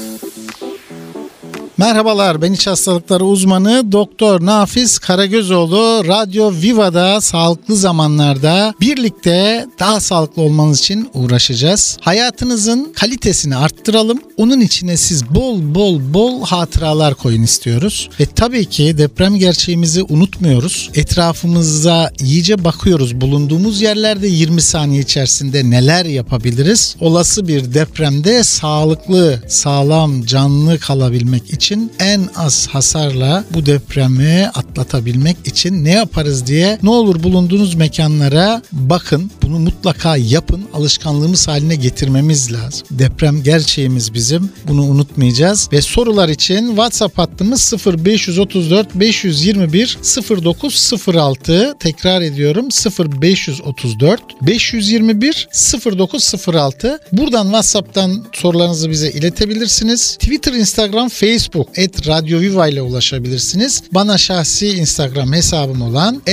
Merhabalar, ben iç hastalıkları uzmanı Doktor Nafiz Karagözoğlu. Radyo Viva'da sağlıklı zamanlarda birlikte daha sağlıklı olmanız için uğraşacağız. Hayatınızın kalitesini arttıralım. Onun içine siz bol hatıralar koyun istiyoruz. Ve tabii ki deprem gerçeğimizi unutmuyoruz. Etrafımıza iyice bakıyoruz. Bulunduğumuz yerlerde 20 saniye içerisinde neler yapabiliriz? Olası bir depremde sağlıklı, sağlam, canlı kalabilmek için en az hasarla bu depremi atlatabilmek için ne yaparız diye ne olur bulunduğunuz mekanlara bakın. Bunu mutlaka yapın. Alışkanlığımız haline getirmemiz lazım. Deprem gerçeğimiz bizim. Bunu unutmayacağız. Ve sorular için WhatsApp hattımız 0534 521 0906. Tekrar ediyorum 0534 521 0906. Buradan WhatsApp'tan sorularınızı bize iletebilirsiniz. Twitter, Instagram, Facebook @Radyo Viva ile ulaşabilirsiniz. Bana şahsi Instagram hesabım olan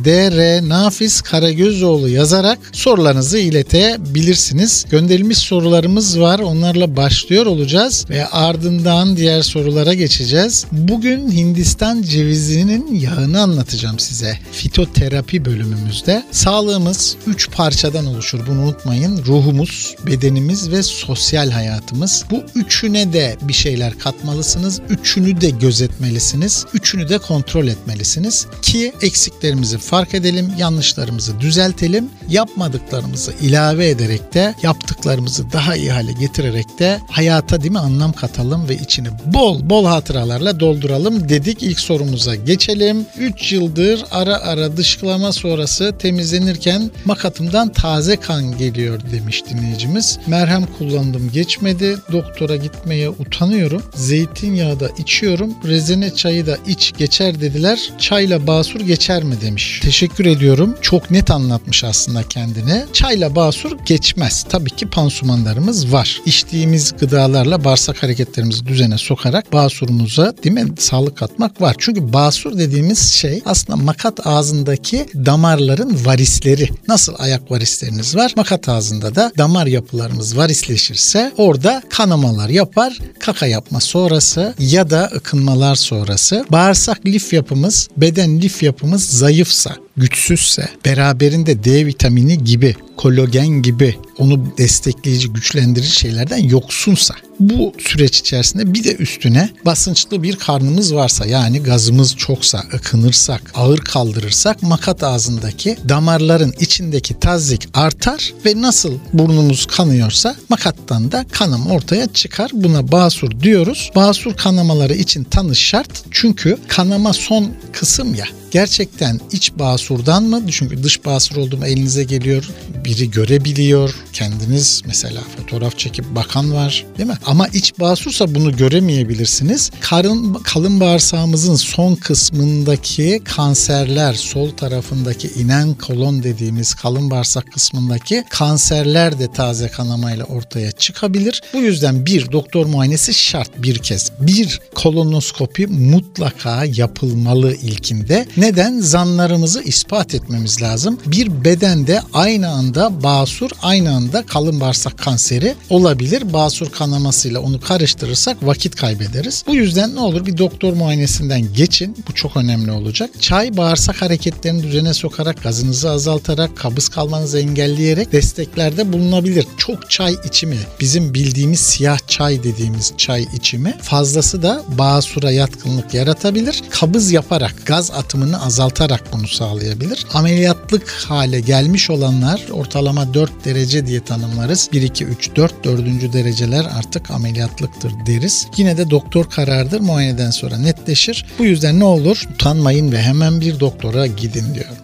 @drnafizkaragözoğlu yazarak sorularınızı iletebilirsiniz. Gönderilmiş sorularımız var. Onlarla başlıyor olacağız ve ardından diğer sorulara geçeceğiz. Bugün Hindistan cevizinin yağını anlatacağım size. Fitoterapi bölümümüzde. Sağlığımız 3 parçadan oluşur. Bunu unutmayın. Ruhumuz, bedenimiz ve sosyal hayatımız. Bu üçüne de bir şeyler katmalısınız. Üçünü de gözetmelisiniz. Üçünü de kontrol etmelisiniz ki eksiklerimizi fark edelim, yanlışlarımızı düzeltelim, yapmadıklarımızı ilave ederek de yaptıklarımızı daha iyi hale getirerek de hayata değil mi anlam katalım ve içini bol hatıralarla dolduralım dedik. İlk sorumuza geçelim. 3 yıldır ara dışkılama sonrası temizlenirken makatımdan taze kan geliyor demiş dinleyicimiz. Merhem kullandım geçmedi. Doktora gitmeye utanıyorum. Zeytinyağı da içiyorum. Rezene çayı da iç geçer dediler. Çayla basur geçer mi demiş. Teşekkür ediyorum. Çok net anlatmış aslında kendine. Çayla basur geçmez. Tabii ki pansumanlarımız var. İçtiğimiz gıdalarla bağırsak hareketlerimizi düzene sokarak basurumuza değil mi sağlık katmak var. Çünkü basur dediğimiz şey aslında makat ağzındaki damarların varisleri. Nasıl ayak varisleriniz var? Makat ağzında da damar yapılarımız varisleşirse orada kanamalar yapar. Kaka yapma sonrası ya da ıkınmalar sonrası bağırsak lif yapımız, beden lif yapımız zayıfsa, güçsüzse, beraberinde D vitamini gibi, kolagen gibi onu destekleyici, güçlendirici şeylerden yoksunsa, bu süreç içerisinde bir de üstüne basınçlı bir karnımız varsa, yani gazımız çoksa, ıkınırsak, ağır kaldırırsak makat ağzındaki damarların içindeki tazyik artar ve nasıl burnumuz kanıyorsa makattan da kanama ortaya çıkar. Buna basur diyoruz. Basur kanamaları için tanı şart. Çünkü kanama son kısım ya. Gerçekten iç basurdan mı? Çünkü dış basur olduğum elinize geliyor. Biri görebiliyor. Kendiniz mesela fotoğraf çekip bakan var değil mi? Ama iç basursa bunu göremeyebilirsiniz. Kalın bağırsağımızın son kısmındaki kanserler, sol tarafındaki inen kolon dediğimiz kalın bağırsak kısmındaki kanserler de taze kanamayla ortaya çıkabilir. Bu yüzden bir doktor muayenesi şart bir kez. Bir kolonoskopi mutlaka yapılmalı ilkinde. Neden? Zanlarımızı ispat etmemiz lazım. Bir bedende aynı anda basur, aynı anda kalın bağırsak kanseri olabilir. Basur kanamasıyla onu karıştırırsak vakit kaybederiz. Bu yüzden ne olur bir doktor muayenesinden geçin. Bu çok önemli olacak. Çay bağırsak hareketlerini düzene sokarak, gazınızı azaltarak, kabız kalmanızı engelleyerek desteklerde bulunabilir. Çok çay içimi, bizim bildiğimiz siyah çay dediğimiz çay içimi fazlası da basura yatkınlık yaratabilir. Kabız yaparak, gaz atımını azaltarak bunu sağlayabilir. Ameliyatlık hale gelmiş olanlar ortalama 4 derece diye tanımlarız. 1, 2, 3, 4, 4. dereceler artık ameliyatlıktır deriz. Yine de doktor kararıdır. Muayeneden sonra netleşir. Bu yüzden ne olur? Utanmayın ve hemen bir doktora gidin diyorum.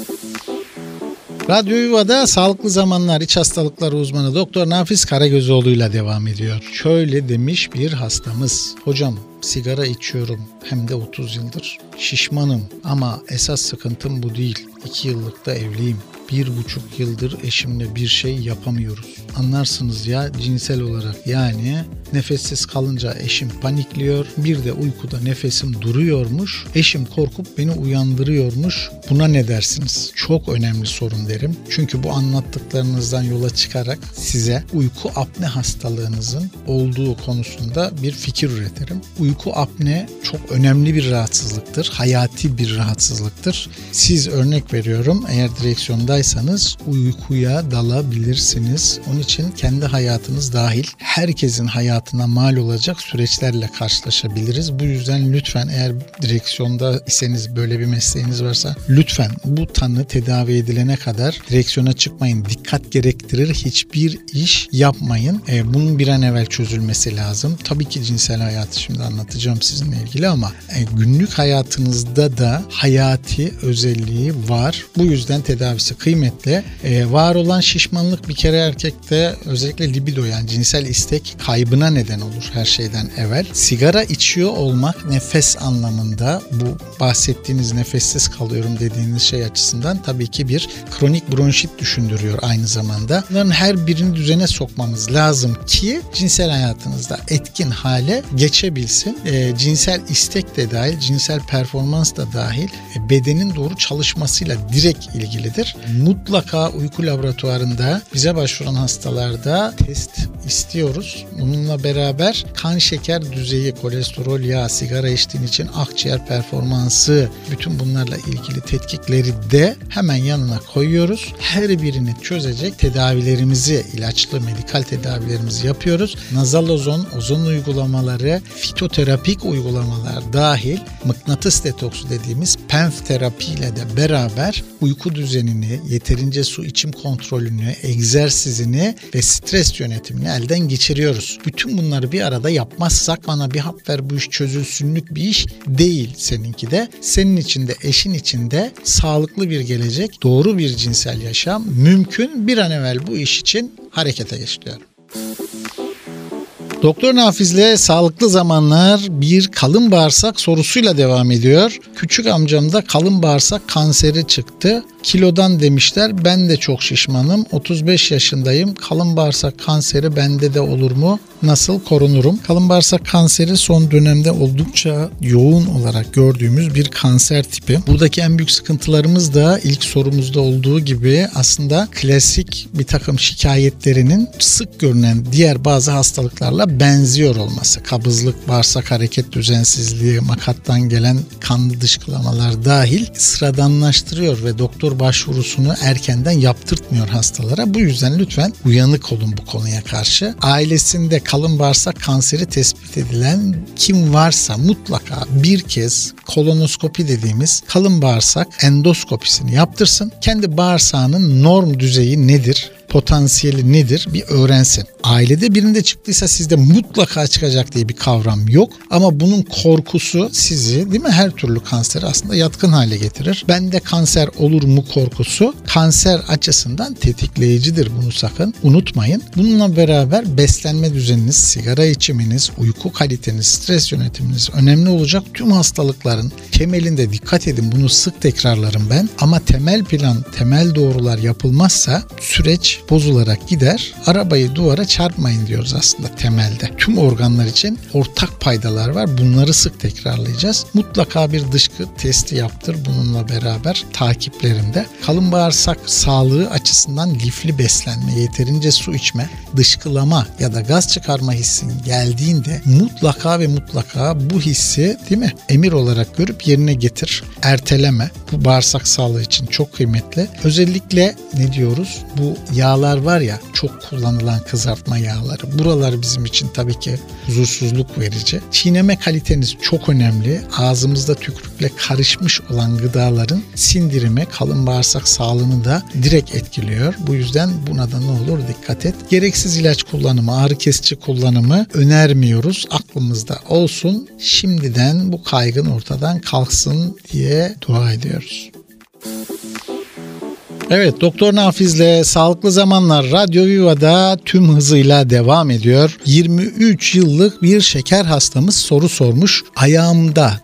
Radyo Yuva'da Sağlıklı Zamanlar İç Hastalıkları uzmanı Doktor Nafiz Karagözoğlu ile devam ediyor. Şöyle demiş bir hastamız. Hocam sigara içiyorum hem de 30 yıldır. Şişmanım ama esas sıkıntım bu değil. 2 yıllık da evliyim. 1,5 yıldır eşimle bir şey yapamıyoruz. Anlarsınız ya, cinsel olarak. Yani nefessiz kalınca eşim panikliyor. Bir de uykuda nefesim duruyormuş. Eşim korkup beni uyandırıyormuş. Buna ne dersiniz? Çok önemli sorun derim. Çünkü bu anlattıklarınızdan yola çıkarak size uyku apne hastalığınızın olduğu konusunda bir fikir üretirim. Uyku apne çok önemli bir rahatsızlıktır. Hayati bir rahatsızlıktır. Siz, örnek veriyorum, eğer direksiyondaysanız uykuya dalabilirsiniz. Onun için kendi hayatınız dahil herkesin hayatına mal olacak süreçlerle karşılaşabiliriz. Bu yüzden lütfen, eğer direksiyonda iseniz, böyle bir mesleğiniz varsa, lütfen bu tanı tedavi edilene kadar direksiyona çıkmayın. Dikkat gerektirir hiçbir iş yapmayın. Bunun bir an evvel çözülmesi lazım. Tabii ki cinsel hayatı şimdi anlatacağım sizinle ilgili ama günlük hayatınızda da hayati özelliği var. Bu yüzden tedavisi kıymetli. Var olan şişmanlık bir kere erkekte özellikle libido, yani cinsel istek kaybına neden olur her şeyden evvel. Sigara içiyor olmak nefes anlamında, bu bahsettiğiniz nefessiz kalıyorum dediğiniz şey açısından tabii ki bir kronik bronşit düşündürüyor aynı zamanda. Bunların her birini düzene sokmamız lazım ki cinsel hayatınızda etkin hale geçebilsin. Cinsel istek de dahil, cinsel performans da dahil bedenin doğru çalışmasıyla direkt ilgilidir. Mutlaka uyku laboratuvarında bize başvuran hastalarda test istiyoruz. Bununla beraber kan şeker düzeyi, kolesterol, yağ, sigara içtiğin için akciğer performansı, bütün bunlarla ilgili tetkikleri de hemen yanına koyuyoruz. Her birini çözecek tedavilerimizi, ilaçlı medikal tedavilerimizi yapıyoruz. Nazal ozon uygulamaları, fitoterapik uygulamalar dahil mıknatıs detoksu dediğimiz PENF terapiyle de beraber uyku düzenini, yeterince su içim kontrolünü, egzersizini ve stres yönetimini elden geçiriyoruz. Bütün bunları bir arada yapmazsak, bana bir hap ver bu iş çözülsünlük bir iş değil seninki de. Senin için de, eşin için de sağlıklı bir gelecek, doğru bir cinsel yaşam mümkün. Bir an evvel bu iş için harekete geçiyorum. Doktor Nafiz'le Sağlıklı Zamanlar bir kalın bağırsak sorusuyla devam ediyor. Küçük amcamda kalın bağırsak kanseri çıktı. Kilodan demişler. Ben de çok şişmanım. 35 yaşındayım. Kalın bağırsak kanseri bende de olur mu? Nasıl korunurum? Kalın bağırsak kanseri son dönemde oldukça yoğun olarak gördüğümüz bir kanser tipi. Buradaki en büyük sıkıntılarımız da ilk sorumuzda olduğu gibi aslında klasik bir takım şikayetlerinin sık görünen diğer bazı hastalıklarla benziyor olması. Kabızlık, bağırsak hareket düzensizliği, makattan gelen kanlı dışkılamalar dahil sıradanlaştırıyor ve doktor başvurusunu erkenden yaptırtmıyor hastalara. Bu yüzden lütfen uyanık olun bu konuya karşı. Ailesinde kalın bağırsak kanseri tespit edilen kim varsa mutlaka bir kez kolonoskopi dediğimiz kalın bağırsak endoskopisini yaptırsın. Kendi bağırsağının norm düzeyi nedir? Potansiyeli nedir bir öğrensin. Ailede birinde çıktıysa sizde mutlaka çıkacak diye bir kavram yok. Ama bunun korkusu sizi, değil mi, her türlü kanseri aslında yatkın hale getirir. Bende kanser olur mu korkusu kanser açısından tetikleyicidir. Bunu sakın unutmayın. Bununla beraber beslenme düzeniniz, sigara içiminiz, uyku kaliteniz, stres yönetiminiz önemli olacak. Tüm hastalıkların temelinde dikkat edin. Bunu sık tekrarlarım ben. Ama temel plan, temel doğrular yapılmazsa süreç bozularak gider. Arabayı duvara çarpmayın diyoruz aslında temelde. Tüm organlar için ortak paydalar var. Bunları sık tekrarlayacağız. Mutlaka bir dışkı testi yaptır bununla beraber takiplerinde. Kalın bağırsak sağlığı açısından lifli beslenme, yeterince su içme, dışkılama ya da gaz çıkarma hissin geldiğinde mutlaka ve mutlaka bu hissi, değil mi, emir olarak görüp yerine getir. Erteleme. Bu bağırsak sağlığı için çok kıymetli. Özellikle ne diyoruz? Bu yağlar var ya, çok kullanılan kızartma yağları. Buralar bizim için tabii ki huzursuzluk verici. Çiğneme kaliteniz çok önemli. Ağzımızda tükürükle karışmış olan gıdaların sindirimi kalın bağırsak sağlığını da direkt etkiliyor. Bu yüzden buna da ne olur dikkat et. Gereksiz ilaç kullanımı, ağrı kesici kullanımı önermiyoruz. Aklımızda olsun. Şimdiden bu kaygın ortadan kalksın diye dua ediyoruz. Evet, Doktor Nafiz'le Sağlıklı Zamanlar Radyo Viva'da tüm hızıyla devam ediyor. 23 yıllık bir şeker hastamız soru sormuş. Ayağımda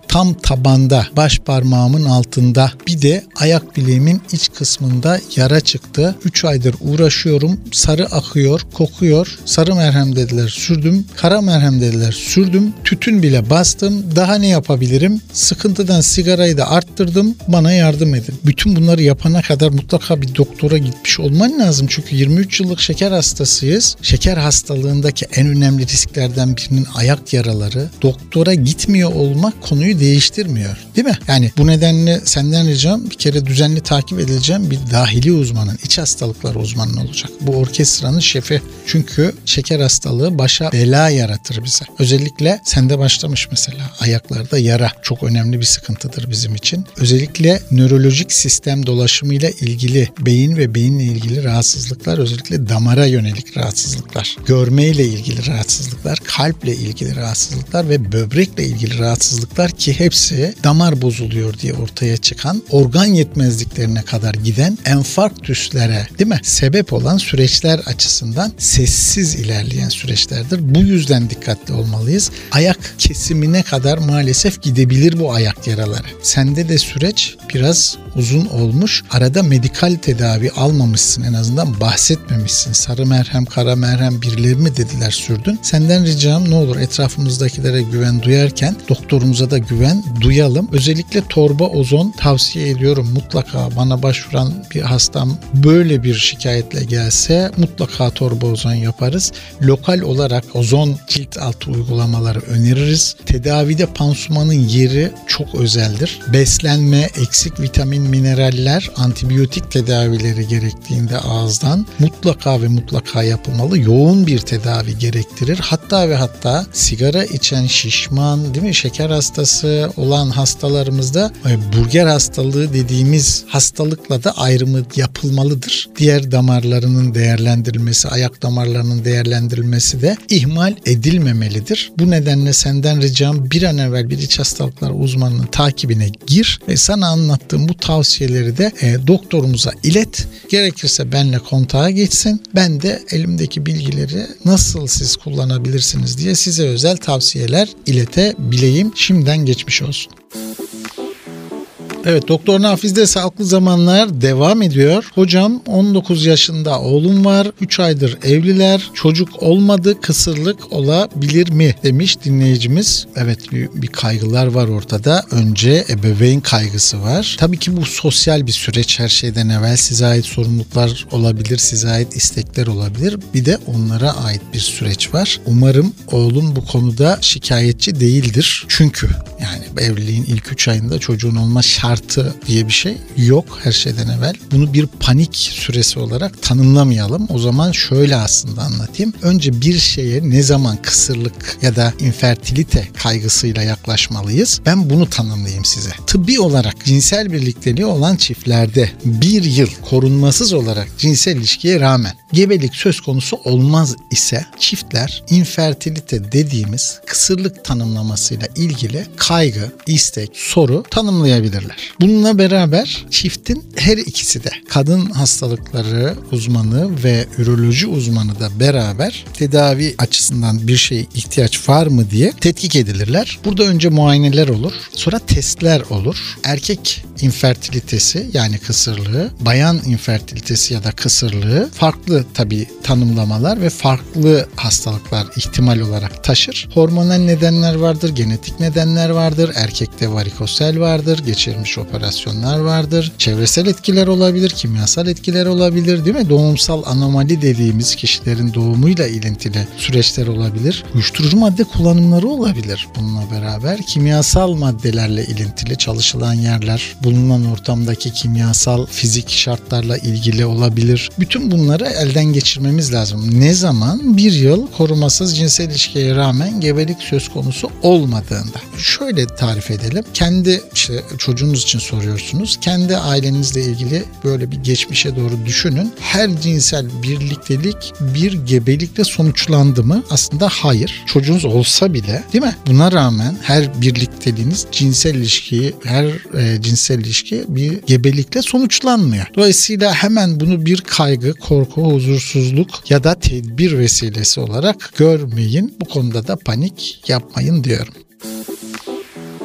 tam tabanda, baş parmağımın altında, bir de ayak bileğimin iç kısmında yara çıktı. 3 aydır uğraşıyorum. Sarı akıyor, kokuyor. Sarı merhem dediler, sürdüm. Kara merhem dediler, sürdüm. Tütün bile bastım. Daha ne yapabilirim? Sıkıntıdan sigarayı da arttırdım. Bana yardım edin. Bütün bunları yapana kadar mutlaka bir doktora gitmiş olman lazım. Çünkü 23 yıllık şeker hastasıyız. Şeker hastalığındaki en önemli risklerden birinin ayak yaraları. Doktora gitmiyor olmak konuyu değiştirmiyor. Değil mi? Yani bu nedenle senden ricam bir kere düzenli takip edileceğim bir dahili uzmanın, iç hastalıklar uzmanın olacak. Bu orkestranın şefi. Çünkü şeker hastalığı başa bela yaratır bize. Özellikle sende başlamış mesela. Ayaklarda yara çok önemli bir sıkıntıdır bizim için. Özellikle nörolojik sistem dolaşımıyla ilgili, beyin ve beyinle ilgili rahatsızlıklar, özellikle damara yönelik rahatsızlıklar, görmeyle ilgili rahatsızlıklar, kalple ilgili rahatsızlıklar ve böbrekle ilgili rahatsızlıklar ki hepsi damar bozuluyor diye ortaya çıkan, organ yetmezliklerine kadar giden enfarktüslere, değil mi, sebep olan süreçler açısından sessiz ilerleyen süreçlerdir. Bu yüzden dikkatli olmalıyız. Ayak kesimine kadar maalesef gidebilir bu ayak yaraları. Sende de süreç biraz uzun olmuş. Arada medikal tedavi almamışsın, en azından bahsetmemişsin. Sarı merhem, kara merhem birileri mi dediler, sürdün. Senden ricam ne olur etrafımızdakilere güven duyarken doktorumuza da güven duyalım. Özellikle torba ozon tavsiye ediyorum. Mutlaka bana başvuran bir hastam böyle bir şikayetle gelse mutlaka torba ozon yaparız. Lokal olarak ozon cilt altı uygulamaları öneririz. Tedavide pansumanın yeri çok özeldir. Beslenme, eksik vitamin, mineraller, antibiyotik tedavileri gerektiğinde ağızdan mutlaka ve mutlaka yapılmalı. Yoğun bir tedavi gerektirir. Hatta ve hatta sigara içen, şişman, değil mi, şeker hastası olan hastalarımızda burger hastalığı dediğimiz hastalıkla da ayrımı yapılmalıdır. Diğer damarlarının değerlendirilmesi, ayak damarlarının değerlendirilmesi de ihmal edilmemelidir. Bu nedenle senden ricam bir an evvel bir iç hastalıklar uzmanının takibine gir ve sana anlattığım bu tavsiyeleri de doktorumuza ilet. Gerekirse benimle kontağa geçsin. Ben de elimdeki bilgileri nasıl siz kullanabilirsiniz diye size özel tavsiyeler iletebileyim. Şimdiden geçmiş olsun. Evet, Doktor Nafiz'de Sağlıklı Zamanlar devam ediyor. Hocam 19 yaşında oğlum var. 3 aydır evliler. Çocuk olmadı. Kısırlık olabilir mi? Demiş dinleyicimiz. Evet, bir kaygılar var ortada. Önce ebeveyn kaygısı var. Tabii ki bu sosyal bir süreç. Her şeyden evvel size ait sorumluluklar olabilir. Size ait istekler olabilir. Bir de onlara ait bir süreç var. Umarım oğlum bu konuda şikayetçi değildir. Çünkü yani evliliğin ilk 3 ayında çocuğun olma şartı diye bir şey yok her şeyden evvel. Bunu bir panik süresi olarak tanımlamayalım. O zaman şöyle aslında anlatayım. Önce bir şeye ne zaman kısırlık ya da infertilite kaygısıyla yaklaşmalıyız? Ben bunu tanımlayayım size. Tıbbi olarak cinsel birlikteliği olan çiftlerde bir yıl korunmasız olarak cinsel ilişkiye rağmen gebelik söz konusu olmaz ise çiftler infertilite dediğimiz kısırlık tanımlamasıyla ilgili kaygı, istek, soru tanımlayabilirler. Bununla beraber çiftin her ikisi de kadın hastalıkları uzmanı ve üroloji uzmanı da beraber tedavi açısından bir şeye ihtiyaç var mı diye tetkik edilirler. Burada önce muayeneler olur, sonra testler olur. Erkek infertilitesi yani kısırlığı, bayan infertilitesi ya da kısırlığı farklı tabii tanımlamalar ve farklı hastalıklar ihtimal olarak taşır. Hormonal nedenler vardır, genetik nedenler vardır, erkekte varikosel vardır, geçirmiş operasyonlar vardır, çevresel etkiler olabilir, kimyasal etkiler olabilir, değil mi? Doğumsal anomali dediğimiz kişilerin doğumuyla ilintili süreçler olabilir. Uyuşturucu madde kullanımları olabilir. Bununla beraber kimyasal maddelerle ilintili çalışılan yerler, bulunan ortamdaki kimyasal fizik şartlarla ilgili olabilir. Bütün bunları elden geçirmemiz lazım. Ne zaman? Bir yıl korumasız cinsel ilişkiye rağmen gebelik söz konusu olmadığında. Şöyle tarif edelim. Kendi çocuğunuz için soruyorsunuz. Kendi ailenizle ilgili böyle bir geçmişe doğru düşünün. Her cinsel birliktelik bir gebelikle sonuçlandı mı? Aslında hayır. Çocuğunuz olsa bile, değil mi? Buna rağmen her birlikteliğiniz cinsel ilişki bir gebelikle sonuçlanmıyor. Dolayısıyla hemen bunu bir kaygı, korku, huzursuzluk ya da tedbir vesilesi olarak görmeyin. Bu konuda da panik yapmayın diyorum.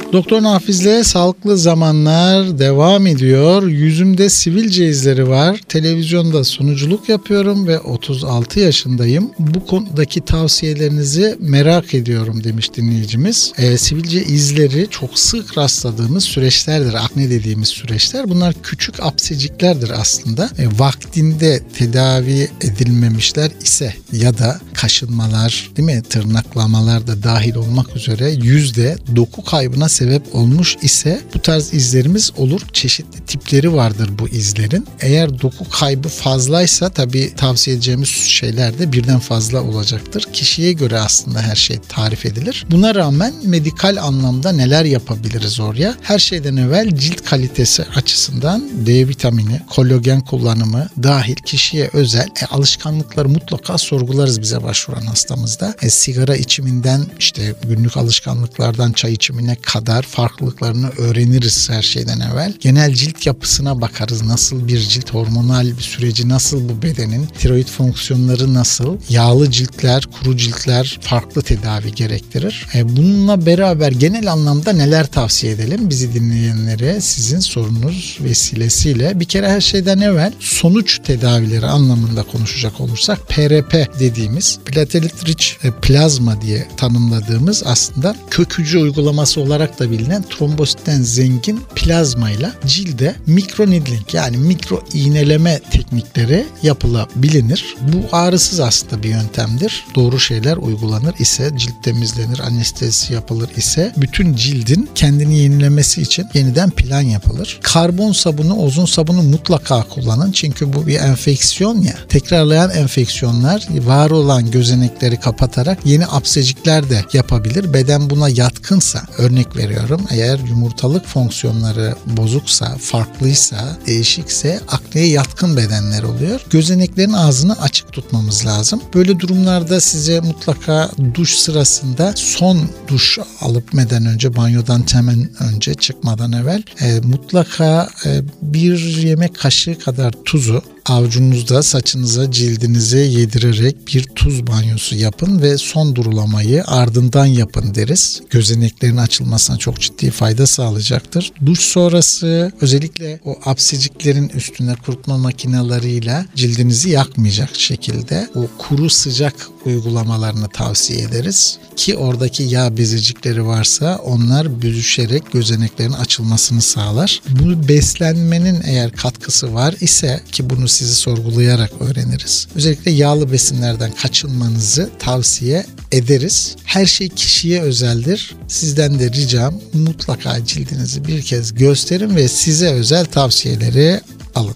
Doktor Nafiz'le Sağlıklı Zamanlar devam ediyor. Yüzümde sivilce izleri var. Televizyonda sunuculuk yapıyorum ve 36 yaşındayım. Bu konudaki tavsiyelerinizi merak ediyorum demiş dinleyicimiz. Sivilce izleri çok sık rastladığımız süreçlerdir. Akne dediğimiz süreçler. Bunlar küçük apseciklerdir aslında. Vaktinde tedavi edilmemişler ise ya da kaşınmalar, değil mi? Tırnaklamalar da dahil olmak üzere yüzde doku kaybına sebep olmuş ise bu tarz izlerimiz olur. Çeşitli tipleri vardır bu izlerin. Eğer doku kaybı fazlaysa tabii tavsiye edeceğimiz şeyler de birden fazla olacaktır. Kişiye göre aslında her şey tarif edilir. Buna rağmen medikal anlamda neler yapabiliriz oraya? Her şeyden evvel cilt kalitesi açısından D vitamini, kolagen kullanımı dahil kişiye özel alışkanlıkları mutlaka sorgularız bize başvuran hastamızda. Sigara içiminden işte günlük alışkanlıklardan çay içimine kadar farklılıklarını öğreniriz her şeyden evvel. Genel cilt yapısına bakarız. Nasıl bir cilt, hormonal bir süreci nasıl bu bedenin, tiroid fonksiyonları nasıl, yağlı ciltler, kuru ciltler farklı tedavi gerektirir. Bununla beraber genel anlamda neler tavsiye edelim bizi dinleyenlere sizin sorunuz vesilesiyle? Bir kere her şeyden evvel sonuç tedavileri anlamında konuşacak olursak PRP dediğimiz platelet rich plazma diye tanımladığımız aslında kök hücre uygulaması olarak da bilinen trombositten zengin plazmayla cilde mikro needling yani mikro iğneleme teknikleri yapılabilir. Bu ağrısız aslında bir yöntemdir. Doğru şeyler uygulanır ise cilt temizlenir, anestezi yapılır ise bütün cildin kendini yenilemesi için yeniden plan yapılır. Karbon sabunu, ozon sabunu mutlaka kullanın. Çünkü bu bir enfeksiyon ya. Tekrarlayan enfeksiyonlar var olan gözenekleri kapatarak yeni apsecikler de yapabilir. Beden buna yatkınsa, örnek veriyorum, eğer yumurtalık fonksiyonları bozuksa, farklıysa, değişikse akneye yatkın bedenler oluyor. Gözeneklerin ağzını açık tutmamız lazım. Böyle durumlarda size mutlaka duş sırasında son duş alıp önce banyodan hemen önce çıkmadan evvel mutlaka bir yemek kaşığı kadar tuzu avucunuzda saçınıza, cildinize yedirerek bir tuz banyosu yapın ve son durulamayı ardından yapın deriz. Gözeneklerin açılmasına çok ciddi fayda sağlayacaktır. Duş sonrası özellikle o apseciklerin üstüne kurutma makineleriyle cildinizi yakmayacak şekilde o kuru sıcak uygulamalarını tavsiye ederiz. Ki oradaki yağ bezicikleri varsa onlar büzüşerek gözeneklerin açılmasını sağlar. Bu beslenmenin eğer katkısı var ise ki bunu sizi sorgulayarak öğreniriz. Özellikle yağlı besinlerden kaçınmanızı tavsiye ederiz. Her şey kişiye özeldir. Sizden de ricam mutlaka cildinizi bir kez gösterin ve size özel tavsiyeleri alın.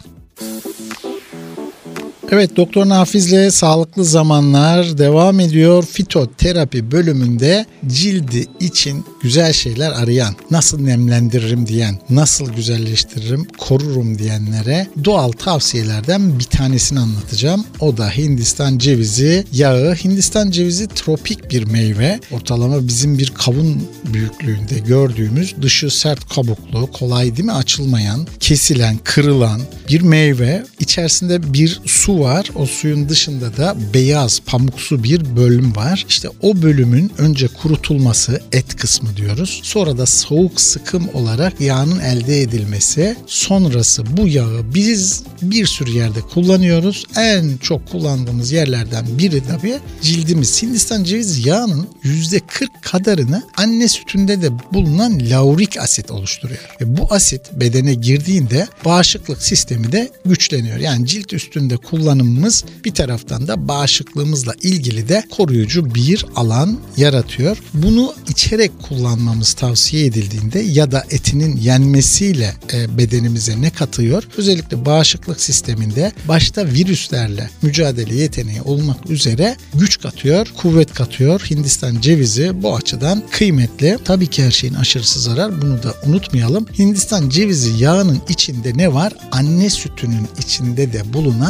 Evet, Doktor Nafiz'le Sağlıklı Zamanlar devam ediyor. Fitoterapi bölümünde cildi için güzel şeyler arayan, nasıl nemlendiririm diyen, nasıl güzelleştiririm, korurum diyenlere doğal tavsiyelerden bir tanesini anlatacağım. O da Hindistan cevizi yağı. Hindistan cevizi tropik bir meyve. Ortalama bizim bir kavun büyüklüğünde gördüğümüz, dışı sert kabuklu, kolay değil mi açılmayan, kesilen, kırılan bir meyve. İçerisinde bir su var. O suyun dışında da beyaz, pamuksu bir bölüm var. İşte o bölümün önce kurutulması, et kısmı diyoruz. Sonra da soğuk sıkım olarak yağının elde edilmesi. Sonrası bu yağı biz bir sürü yerde kullanıyoruz. En çok kullandığımız yerlerden biri tabii cildimiz. Hindistan cevizi yağının %40 kadarını anne sütünde de bulunan laurik asit oluşturuyor. Ve bu asit bedene girdiğinde bağışıklık sistemi de güçleniyor. Yani cilt üstünde kullanımımız bir taraftan da bağışıklığımızla ilgili de koruyucu bir alan yaratıyor. Bunu içerek kullanmamız tavsiye edildiğinde ya da etinin yenmesiyle bedenimize ne katıyor? Özellikle bağışıklık sisteminde başta virüslerle mücadele yeteneği olmak üzere güç katıyor, kuvvet katıyor. Hindistan cevizi bu açıdan kıymetli. Tabii ki her şeyin aşırısı zarar. Bunu da unutmayalım. Hindistan cevizi yağının içinde ne var? Anne sütünün içinde de bulunan laurik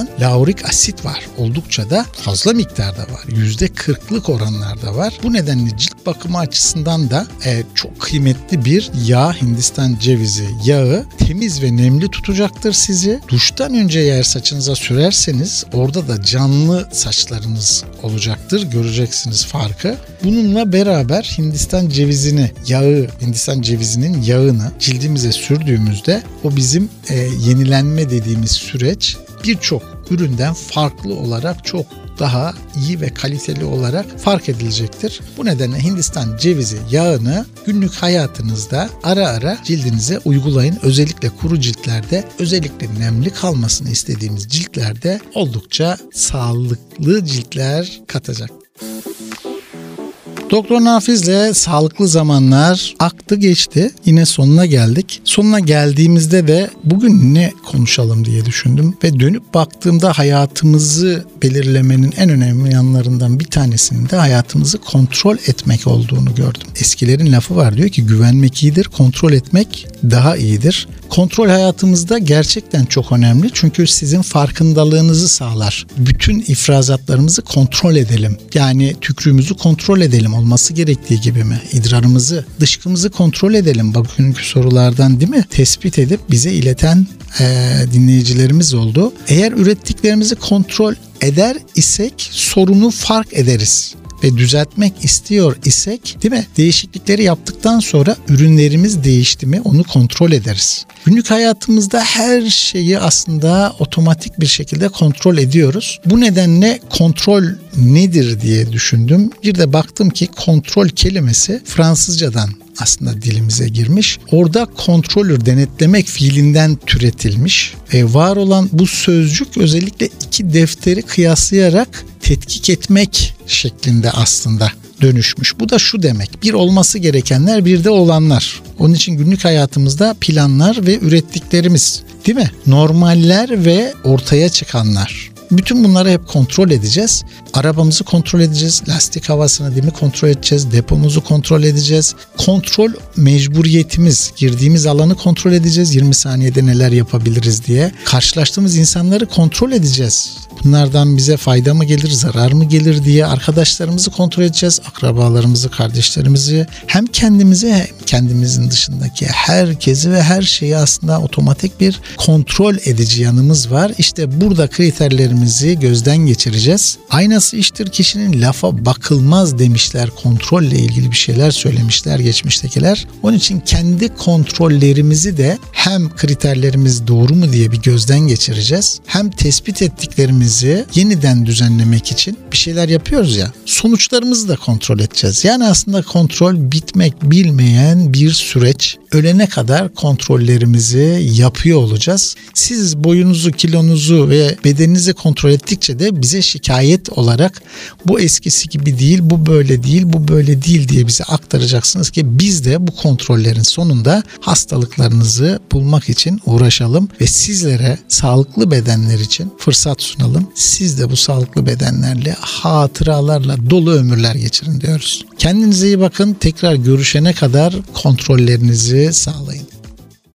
hidroklororik asit var. Oldukça da fazla miktarda var. %40'lık oranlarda var. Bu nedenle cilt bakımı açısından da çok kıymetli bir yağ. Hindistan cevizi yağı temiz ve nemli tutacaktır sizi. Duştan önce eğer saçınıza sürerseniz orada da canlı saçlarınız olacaktır. Göreceksiniz farkı. Bununla beraber Hindistan cevizinin yağını cildimize sürdüğümüzde o bizim yenilenme dediğimiz süreç birçok üründen farklı olarak çok daha iyi ve kaliteli olarak fark edilecektir. Bu nedenle Hindistan cevizi yağını günlük hayatınızda ara ara cildinize uygulayın. Özellikle kuru ciltlerde, özellikle nemli kalmasını istediğimiz ciltlerde oldukça sağlıklı ciltler katacak. Doktor Nafiz'le sağlıklı zamanlar aktı geçti. Yine sonuna geldik. Sonuna geldiğimizde de bugün ne konuşalım diye düşündüm. Ve dönüp baktığımda hayatımızı belirlemenin en önemli yanlarından bir tanesinin de hayatımızı kontrol etmek olduğunu gördüm. Eskilerin lafı var, diyor ki güvenmek iyidir, kontrol etmek daha iyidir. Kontrol hayatımızda gerçekten çok önemli. Çünkü sizin farkındalığınızı sağlar. Bütün ifrazatlarımızı kontrol edelim. Yani tükrüğümüzü kontrol edelim. Olması gerektiği gibi mi? İdrarımızı, dışkımızı kontrol edelim. Bugünkü sorulardan değil mi? Tespit edip bize ileten dinleyicilerimiz oldu. Eğer ürettiklerimizi kontrol eder isek sorunu fark ederiz. Ve düzeltmek istiyor isek, değil mi? Değişiklikleri yaptıktan sonra ürünlerimiz değişti mi onu kontrol ederiz. Günlük hayatımızda her şeyi aslında otomatik bir şekilde kontrol ediyoruz. Bu nedenle kontrol nedir diye düşündüm. Bir de baktım ki kontrol kelimesi Fransızcadan aslında dilimize girmiş. Orada kontrolür, denetlemek fiilinden türetilmiş. Var olan bu sözcük özellikle iki defteri kıyaslayarak tetkik etmek şeklinde aslında dönüşmüş. Bu da şu demek: bir olması gerekenler, bir de olanlar. Onun için günlük hayatımızda planlar ve ürettiklerimiz, değil mi? Normaller ve ortaya çıkanlar. Bütün bunları hep kontrol edeceğiz. Arabamızı kontrol edeceğiz. Lastik havasını değil mi kontrol edeceğiz. Depomuzu kontrol edeceğiz. Kontrol mecburiyetimiz. Girdiğimiz alanı kontrol edeceğiz. 20 saniyede neler yapabiliriz diye. Karşılaştığımız insanları kontrol edeceğiz. Bunlardan bize fayda mı gelir, zarar mı gelir diye arkadaşlarımızı kontrol edeceğiz. Akrabalarımızı, kardeşlerimizi, hem kendimizi hem kendimizin dışındaki herkesi ve her şeyi aslında otomatik bir kontrol edici yanımız var. İşte burada kriterlerimizi gözden geçireceğiz. Aynası iştir kişinin, lafa bakılmaz demişler, kontrolle ilgili bir şeyler söylemişler geçmiştekiler. Onun için kendi kontrollerimizi de hem kriterlerimiz doğru mu diye bir gözden geçireceğiz. Hem tespit ettiklerimizi yeniden düzenlemek için bir şeyler yapıyoruz ya, sonuçlarımızı da kontrol edeceğiz. Yani aslında kontrol bitmek bilmeyen bir süreç. Ölene kadar kontrollerimizi yapıyor olacağız. Siz boyunuzu, kilonuzu ve bedeninizi kontrol ettikçe de bize şikayet olarak bu eskisi gibi değil, bu böyle değil, bu böyle değil diye bize aktaracaksınız ki biz de bu kontrollerin sonunda hastalıklarınızı bulmak için uğraşalım ve sizlere sağlıklı bedenler için fırsat sunalım. Siz de bu sağlıklı bedenlerle, hatıralarla dolu ömürler geçirin diyoruz. Kendinize iyi bakın. Tekrar görüşene kadar kontrollerinizi sağlayın.